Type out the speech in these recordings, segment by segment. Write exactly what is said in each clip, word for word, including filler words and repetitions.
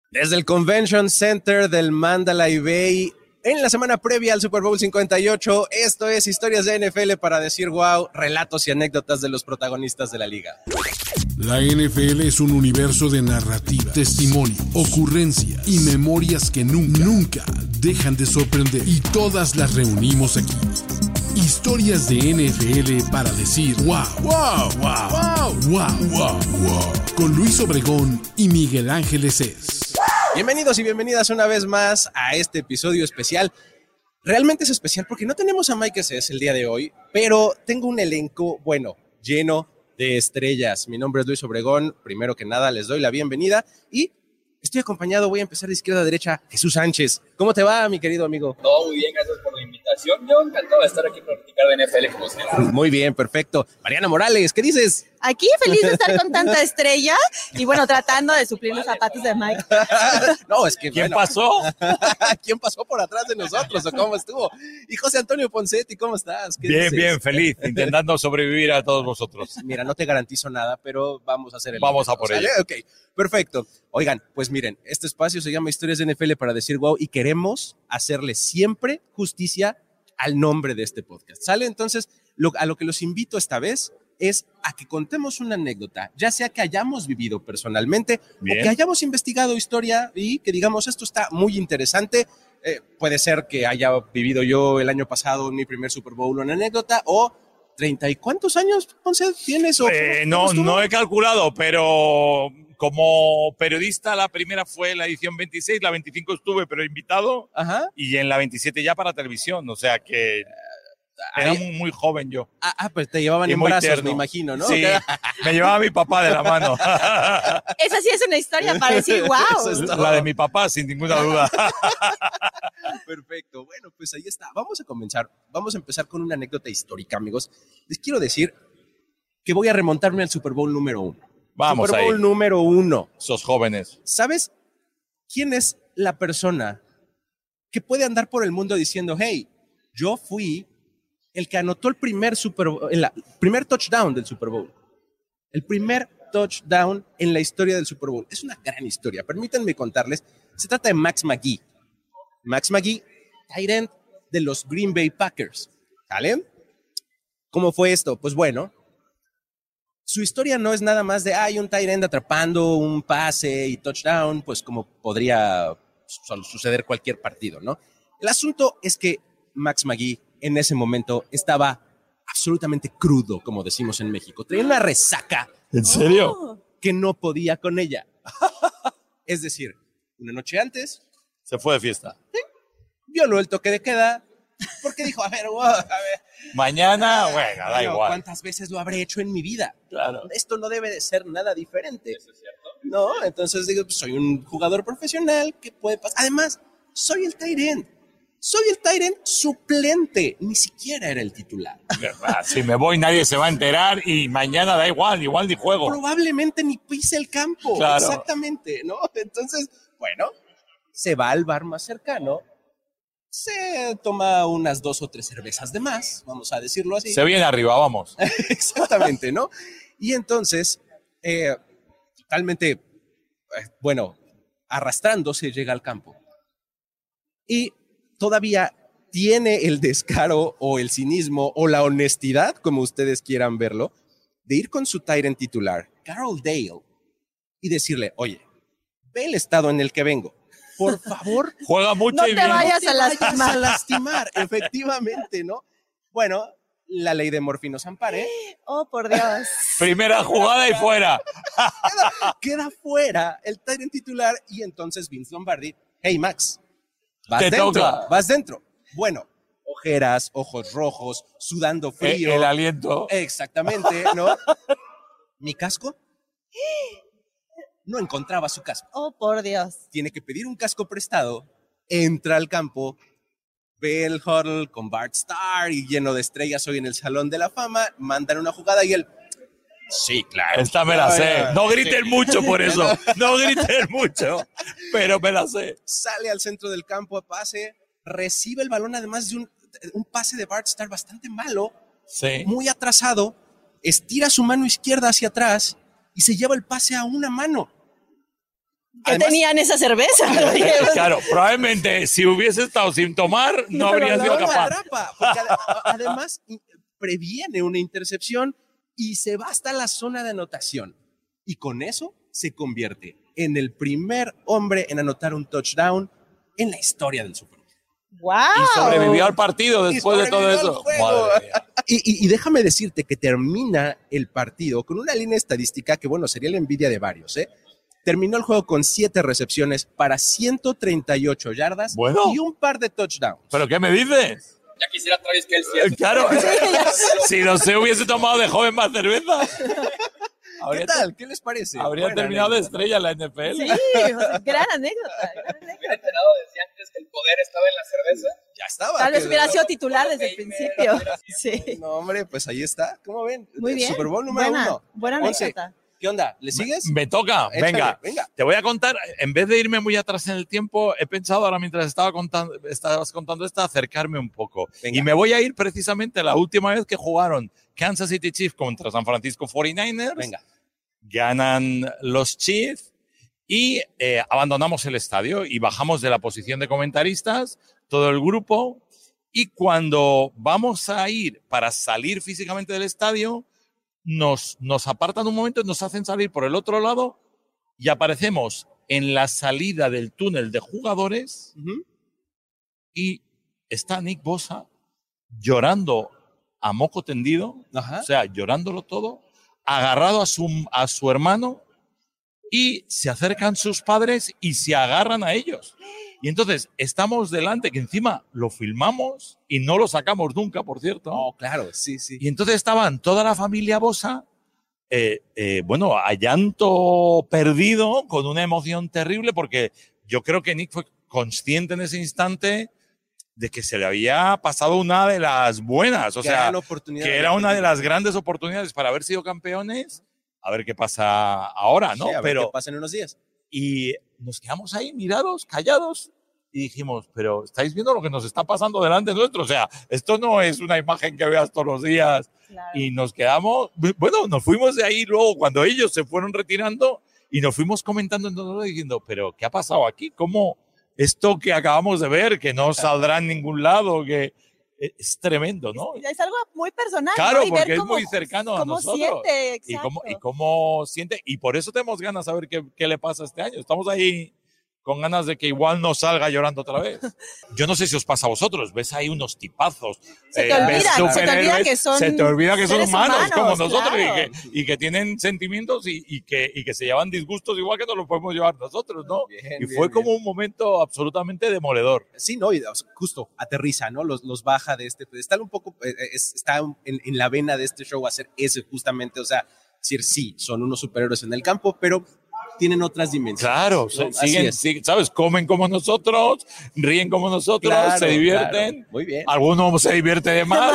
Desde el Convention Center del Mandalay Bay, en la semana previa al Super Bowl cincuenta y ocho, esto es Historias de N F L para decir wow, relatos y anécdotas de los protagonistas de la liga. La N F L es un universo de narrativa, testimonio, ocurrencia y memorias que nunca, nunca dejan de sorprender. Y todas las reunimos aquí. Historias de N F L para decir wow, wow, wow, wow, wow, wow, wow. Con Luis Obregón y Miguel Ángeles Es. Bienvenidos y bienvenidas una vez más a este episodio especial. Realmente es especial porque no tenemos a Mike Cés el día de hoy, pero tengo un elenco, bueno, lleno de estrellas. Mi nombre es Luis Obregón. Primero que nada, les doy la bienvenida y estoy acompañado, voy a empezar de izquierda a derecha, Jesús Sánchez. ¿Cómo te va, mi querido amigo? Todo muy bien, gracias por la invitación. Yo encantado de estar aquí para platicar de N F L como siempre. Muy bien, perfecto. Mariana Morales, ¿qué dices? Aquí feliz de estar con tanta estrella y bueno, tratando de suplir los zapatos de Mike. No, es que ¿Quién bueno, pasó? ¿Quién pasó por atrás de nosotros o cómo estuvo? Y José Antonio Poncetti, ¿cómo estás? ¿Qué Bien, dices? bien, feliz, intentando sobrevivir a todos vosotros. Mira, no te garantizo nada, pero vamos a hacer el Vamos a intento, por ¿sale? ello. Ok, perfecto. Oigan, pues miren, este espacio se llama Historias de N F L para decir wow y queremos hacerle siempre justicia al nombre de este podcast, ¿sale? Entonces, lo, a lo que los invito esta vez es a que contemos una anécdota, ya sea que hayamos vivido personalmente Bien. o que hayamos investigado historia y que digamos esto está muy interesante. Eh, puede ser que haya vivido yo el año pasado mi primer Super Bowl una anécdota o treinta y cuántos años, Ponce, tienes. O, Eh, no, no he calculado, pero como periodista la primera fue la edición veintiséis, la veinticinco estuve, pero invitado, Ajá. y en la veintisiete ya para televisión, o sea que era muy, muy joven yo. Ah, ah, pues te llevaban Y en muy brazos, tierno. me imagino, ¿no? Sí, me llevaba mi papá de la mano. Esa sí es una historia para decir wow. Eso es todo. La de mi papá, sin ninguna duda. Perfecto. Bueno, pues ahí está. Vamos a comenzar. Vamos a empezar con una anécdota histórica, amigos. Les quiero decir que voy a remontarme al Super Bowl número uno. Vamos Super Bowl ahí. número uno. Sos jóvenes. ¿Sabes quién es la persona que puede andar por el mundo diciendo, hey, yo fui el que anotó el primer, Super Bowl, el primer touchdown del Super Bowl? El primer touchdown en la historia del Super Bowl. Es una gran historia. Permítanme contarles. Se trata de Max McGee. Max McGee, tight end de los Green Bay Packers. ¿Sale? ¿Cómo fue esto? Pues bueno, su historia no es nada más de, hay un tight end atrapando un pase y touchdown, pues como podría suceder cualquier partido, ¿no? El asunto es que Max McGee en ese momento estaba absolutamente crudo, como decimos en México. Traía una resaca ¿En serio? que no podía con ella. Es decir, una noche antes, Se fue de fiesta. violó el toque de queda, porque dijo, a ver, wow, a ver. Mañana, bueno, da Bueno, igual. ¿cuántas veces lo habré hecho en mi vida? Claro. Esto no debe de ser nada diferente. Eso es cierto. No, entonces digo, pues, soy un jugador profesional, ¿qué puede pasar? Además, soy el tight end. Soy el tight end suplente, ni siquiera era el titular. Si me voy nadie se va a enterar y mañana da igual, igual ni juego. Probablemente ni pise el campo. Claro. Exactamente, ¿no? Entonces, bueno, se va al bar más cercano, se toma unas dos o tres cervezas de más, vamos a decirlo así. Se viene arriba, vamos. Exactamente, ¿no? Y entonces, eh, totalmente, eh, bueno, arrastrándose llega al campo. Y todavía tiene el descaro o el cinismo o la honestidad, como ustedes quieran verlo, de ir con su tight end titular, Carroll Dale, y decirle, oye, ve el estado en el que vengo. Por favor, Juega mucho No y te bien. vayas no te a lastimar. vayas a lastimar, efectivamente, ¿no? Bueno, la ley de Murphy nos ampare, Oh, por Dios. Primera jugada y fuera. queda fuera el tight end titular y entonces Vince Lombardi, hey Max, vas Te dentro, toca. vas dentro. Bueno, ojeras, ojos rojos, sudando frío. El, el aliento. Exactamente, ¿no? ¿Mi casco? No encontraba su casco. Oh, por Dios. Tiene que pedir un casco prestado, entra al campo, ve el huddle con Bart Starr y lleno de estrellas hoy en el Salón de la Fama, mandan una jugada y él, sí, claro. Esta me la sé. No Sí. griten mucho por eso. No griten mucho. Pero me la sé. Sale al centro del campo a pase, recibe el balón además de un, un pase de Bart Starr bastante malo, Sí. muy atrasado, estira su mano izquierda hacia atrás y se lleva el pase a una mano. ¿Qué Además- tenían esa cerveza? Porque, Claro, probablemente si hubiese estado sin tomar, no, No, habría no, sido No lo capaz. atrapa, porque ade- además i- previene una intercepción y se va hasta la zona de anotación. Y con eso se convierte en el primer hombre en anotar un touchdown en la historia del Super Bowl. ¡Wow! Y sobrevivió al partido Y después de todo sobrevivió al eso. juego. Madre mía. Y, y- y déjame decirte que termina el partido con una línea estadística que, bueno, sería la envidia de varios, ¿eh? Terminó el juego con siete recepciones para ciento treinta y ocho yardas Bueno. y un par de touchdowns. ¿Pero qué me dices? Ya quisiera Travis Kelce. Eh, Claro, si no se hubiese tomado de joven más cerveza, ¿Qué habría, tal? ¿Qué les parece? habría Buena terminado de anécdota. estrella en la N F L. Sí, o sea, gran anécdota, gran Me hubiera anécdota. enterado desde antes que el poder estaba en la cerveza. Ya estaba. Tal vez que- hubiera sido titular desde el Gamer, principio. hubiera sido- Sí. No, hombre, pues ahí está. ¿Cómo ven? Muy bien. Super Bowl número buena, uno. Buena Once. anécdota. ¿Qué onda? ¿Le sigues? Me toca, Échale, venga. venga. Te voy a contar, en vez de irme muy atrás en el tiempo, he pensado ahora mientras estaba contando, estabas contando esta, acercarme un poco. Venga. Y me voy a ir precisamente a la última vez que jugaron Kansas City Chiefs contra San Francisco cuarenta y nueve ers. Venga. Ganan los Chiefs y eh, abandonamos el estadio y bajamos de la posición de comentaristas, todo el grupo. Y cuando vamos a ir para salir físicamente del estadio, nos, nos apartan un momento y nos hacen salir por el otro lado y aparecemos en la salida del túnel de jugadores Ujú. y está Nick Bosa llorando a moco tendido, Ajá. o sea, llorándolo todo, agarrado a su, a su hermano y se acercan sus padres y se agarran a ellos. Y entonces estamos delante, que encima lo filmamos y no lo sacamos nunca, por cierto. Oh, claro, sí, sí. Y entonces estaban toda la familia Bosa, eh, eh, bueno, a llanto perdido, con una emoción terrible, porque yo creo que Nick fue consciente en ese instante de que se le había pasado una de las buenas, o sea, Gran oportunidad que de era una de perder. las grandes oportunidades para haber sido campeones. A ver qué pasa ahora, ¿no? Sí, a ver Pero qué pasa en unos días. y nos quedamos ahí mirados, callados, y dijimos, pero ¿estáis viendo lo que nos está pasando delante nuestro? O sea, esto no es una imagen que veas todos los días. Claro. Y nos quedamos, bueno, nos fuimos de ahí luego cuando ellos se fueron retirando y nos fuimos comentando en todo diciendo, pero ¿qué ha pasado aquí? ¿Cómo esto que acabamos de ver, que no saldrá en ningún lado, que es tremendo, ¿no? Es algo muy personal. Claro, ¿no? Y ver porque es cómo- muy cercano a cómo nosotros. siente, Y exacto. cómo, y cómo siente. Y por eso tenemos ganas de saber qué, qué le pasa este año. Estamos ahí con ganas de que igual no salga llorando otra vez. Yo no sé si os pasa a vosotros. Ves ahí unos tipazos. Se te eh, olvida, ves se te olvida superhéroes, que son se te olvida que son seres humanos, humanos, como nosotros claro. y, que, y que tienen sentimientos y, y que, y que se llevan disgustos igual que nos los podemos llevar nosotros, ¿no? Bien, y bien, fue bien. como un momento absolutamente demoledor. Sí, no, y, o sea, justo aterriza, ¿no? Los, los baja de este. Está un poco, eh, es- está en, en la vena de este show hacer eso justamente, o sea, decir, sí, son unos superhéroes en el campo, pero tienen otras dimensiones. Claro, ¿no? se- Así siguen, es. siguen, ¿sabes? Comen como nosotros, ríen como nosotros, Claro, se divierten. claro. Muy bien. Alguno se divierte de más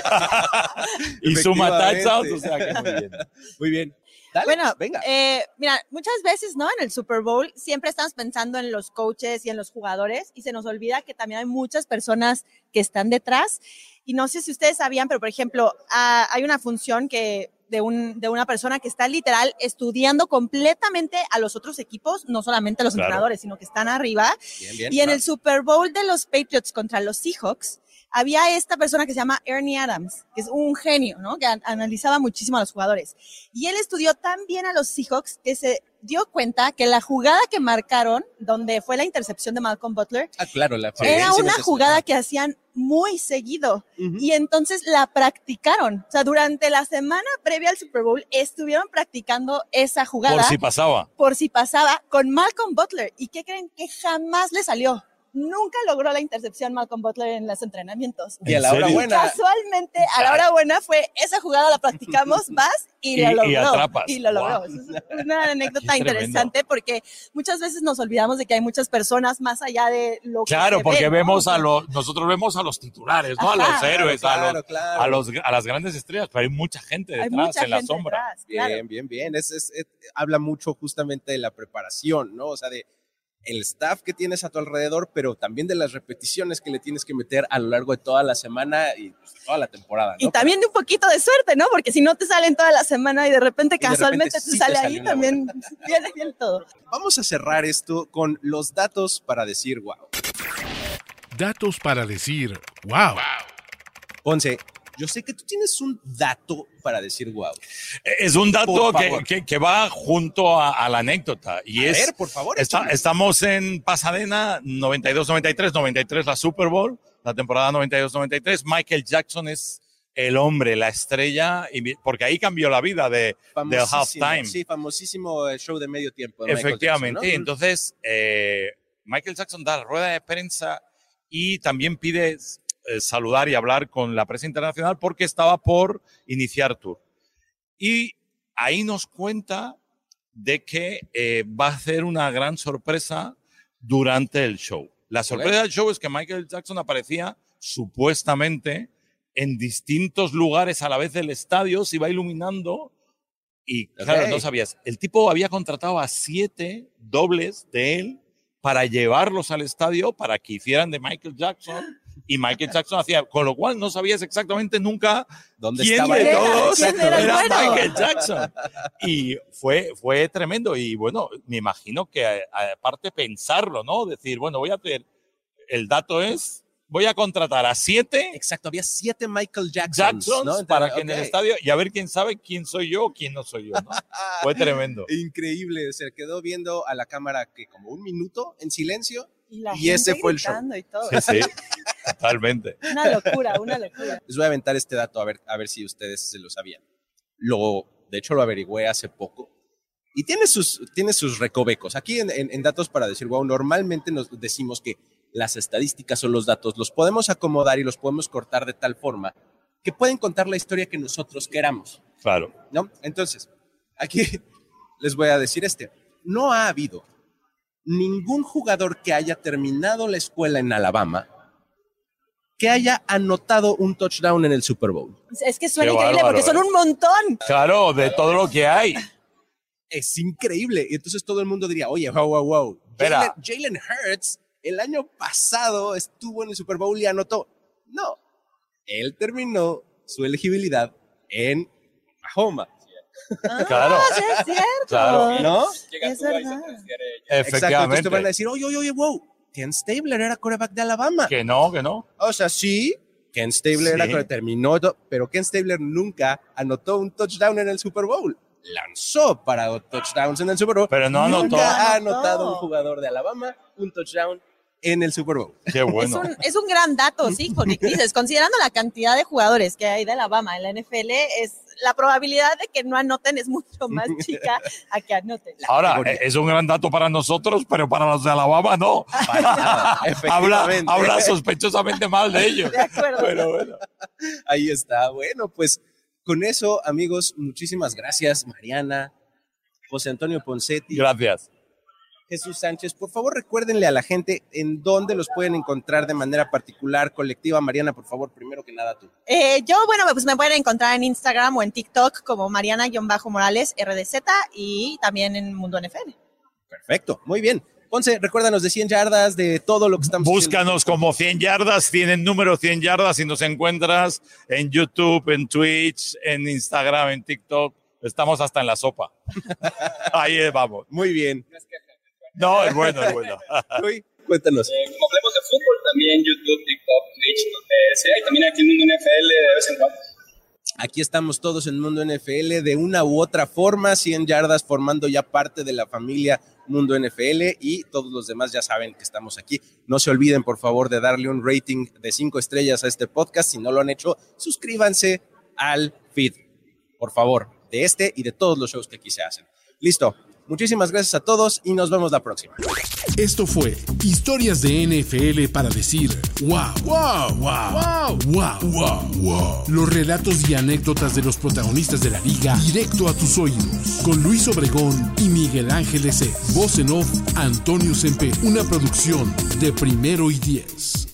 y suma Efectivamente. touchdowns, o sea que muy bien. Muy bien. Dale, Bueno, venga. eh, mira, muchas veces, ¿no? En el Super Bowl siempre estamos pensando en los coaches y en los jugadores y se nos olvida que también hay muchas personas que están detrás. Y no sé si ustedes sabían, pero por ejemplo, ah, hay una función que de, un, de una persona que está literal estudiando completamente a los otros equipos, no solamente a los Claro. entrenadores, sino que están arriba. Bien, bien. Y en Ah, el Super Bowl de los Patriots contra los Seahawks, había esta persona que se llama Ernie Adams, que es un genio, ¿no? Que an- analizaba muchísimo a los jugadores. Y él estudió tan bien a los Seahawks que se dio cuenta que la jugada que marcaron, donde fue la intercepción de Malcolm Butler, ah, claro, la era una sí, jugada que hacían muy seguido. Ujú. Y entonces la practicaron. O sea, durante la semana previa al Super Bowl estuvieron practicando esa jugada Por si pasaba. por si pasaba con Malcolm Butler. ¿Y qué creen? Que jamás le salió. Nunca logró la intercepción Malcolm Butler en los entrenamientos. Y a la ¿En hora serio? buena. Casualmente, a la hora buena fue, esa jugada la practicamos, vas y, Y- lo y logró. atrapas. Y lo logró. Wow. Eso es una anécdota Qué tremendo. interesante porque muchas veces nos olvidamos de que hay muchas personas más allá de lo que Claro, se porque ve, ¿no? vemos a los, nosotros vemos a los titulares, ¿no? A los Ajá. héroes, Claro, a, los, claro. a, los, a las grandes estrellas, pero hay mucha gente Hay detrás, mucha en la gente sombra. detrás, Bien, claro. bien, bien. Es, es- es- habla mucho justamente de la preparación, ¿no? O sea, de el staff que tienes a tu alrededor, pero también de las repeticiones que le tienes que meter a lo largo de toda la semana y pues, toda la temporada, ¿no? Y también de un poquito de suerte, ¿no? Porque si no te salen toda la semana y de repente Y de casualmente repente te sí sale te ahí, salió una también viene bien todo. Vamos a cerrar esto con los datos para decir wow. Datos para decir wow. Ponce, yo sé que tú tienes un dato para decir wow. Es un dato Por que, favor. que, que va junto a, a la anécdota. Y A es, ver, por favor, está- échame. estamos en Pasadena, noventa y dos noventa y tres, noventa y tres la Super Bowl, la temporada noventa y dos noventa y tres. Michael Jackson es el hombre, la estrella, y mi- porque ahí cambió la vida de, del Famosísimo, halftime. Sí, famosísimo eh, show de medio tiempo. de Michael Efectivamente. Jackson, ¿no? Entonces, eh, Michael Jackson da la rueda de prensa y también pide eh, saludar y hablar con la prensa internacional porque estaba por iniciar tour. Y ahí nos cuenta de que eh, va a hacer una gran sorpresa durante el show. La sorpresa Ok. del show es que Michael Jackson aparecía supuestamente en distintos lugares a la vez del estadio, se iba iluminando y claro, Ok. no sabías. El tipo había contratado a siete dobles de él para llevarlos al estadio para que hicieran de Michael Jackson y Michael Jackson hacía, con lo cual no sabías exactamente nunca ¿Dónde quién estaba de él? todos ¿Quién era el era bueno? Michael Jackson. Y fue, fue tremendo y bueno, me imagino que a- aparte pensarlo, ¿no? Decir, bueno, voy a hacer, el dato es, voy a contratar a siete Exacto, había siete Michael Jacksons, Jacksons ¿no? para que en el Ok. estadio y a ver quién sabe quién soy yo o quién no soy yo, ¿no? Fue tremendo. Increíble, se quedó viendo a la cámara que como un minuto en silencio. Y, la Y ese gente fue el show. gritando y todo. Sí, sí, totalmente. Una locura, una locura. Les voy a aventar este dato a ver, a ver si ustedes se lo sabían. Lo, de hecho, lo averigüé hace poco. Y tiene sus, tiene sus recovecos. Aquí en, en- en Datos para decir wow, normalmente nos decimos que las estadísticas o los datos los podemos acomodar y los podemos cortar de tal forma que pueden contar la historia que nosotros queramos, Claro. ¿no? Entonces, aquí les voy a decir este. No ha habido ningún jugador que haya terminado la escuela en Alabama que haya anotado un touchdown en el Super Bowl. Es que suena Qué increíble bárbaro, porque son ¿eh? un montón. Claro, de todo lo que hay. Es increíble. Y entonces todo el mundo diría, oye, wow, wow, wow. Espera. Jalen, Jalen Hurts el año pasado estuvo en el Super Bowl y anotó. No, él terminó su elegibilidad en Oklahoma, Ah, Claro. sí es cierto. Claro. ¿no? Llega Es tú y se verdad. transfiere ella. Exacto. Entonces Efectivamente. te van a decir, oye, oye, oye, wow, Ken Stabler era quarterback de Alabama. Que no, que no. O sea, sí, Ken Stabler era Sí. quarterback, terminó, to- pero Ken Stabler nunca anotó un touchdown en el Super Bowl. Lanzó para touchdowns en el Super Bowl. Pero no anotó. Nunca ha Anotó. anotado un jugador de Alabama un touchdown en el Super Bowl. Qué bueno. Es un, es un gran dato, sí, porque dices, considerando la cantidad de jugadores que hay de Alabama en la N F L, es la probabilidad de que no anoten es mucho más chica a que anoten. Ahora, categoría. es un gran dato para nosotros, pero para los de Alabama no. Para nada, Habla, efectivamente. habla sospechosamente mal de ellos. De acuerdo. Pero bueno. Ahí está. Bueno, pues con eso, amigos, muchísimas gracias, Mariana, José Antonio Poncetti, Gracias. Jesús Sánchez. Por favor, recuérdenle a la gente en dónde los pueden encontrar de manera particular, colectiva. Mariana, por favor, primero que nada tú. Eh, yo, bueno, pues me pueden encontrar en Instagram o en TikTok como Mariana-Morales R D Z y también en Mundo N F L. Perfecto, muy bien. Ponce, recuérdanos de cien yardas, de todo lo que estamos Búscanos como cien yardas, tienen número cien yardas y nos encuentras en YouTube, en Twitch, en Instagram, en TikTok. Estamos hasta en la sopa. Ahí vamos. haciendo. Muy bien. No, es bueno, es bueno. Uy, cuéntanos. Eh, como hablemos de fútbol, también YouTube, TikTok, Twitch, donde sea, y también aquí en Mundo N F L de vez en cuando. Aquí estamos todos en Mundo N F L de una u otra forma, cien yardas formando ya parte de la familia Mundo N F L y todos los demás ya saben que estamos aquí. No se olviden, por favor, de darle un rating de cinco estrellas a este podcast. Si no lo han hecho, suscríbanse al feed, por favor, de este y de todos los shows que aquí se hacen. Listo. Muchísimas gracias a todos y nos vemos la próxima. Esto fue Historias de N F L para decir wow, wow, wow, wow, wow, wow. Los relatos y anécdotas de los protagonistas de la liga directo a tus oídos. Con Luis Obregón y Miguel Ángeles E. Voz en off, Antonio Semper. Una producción de Primero y Diez.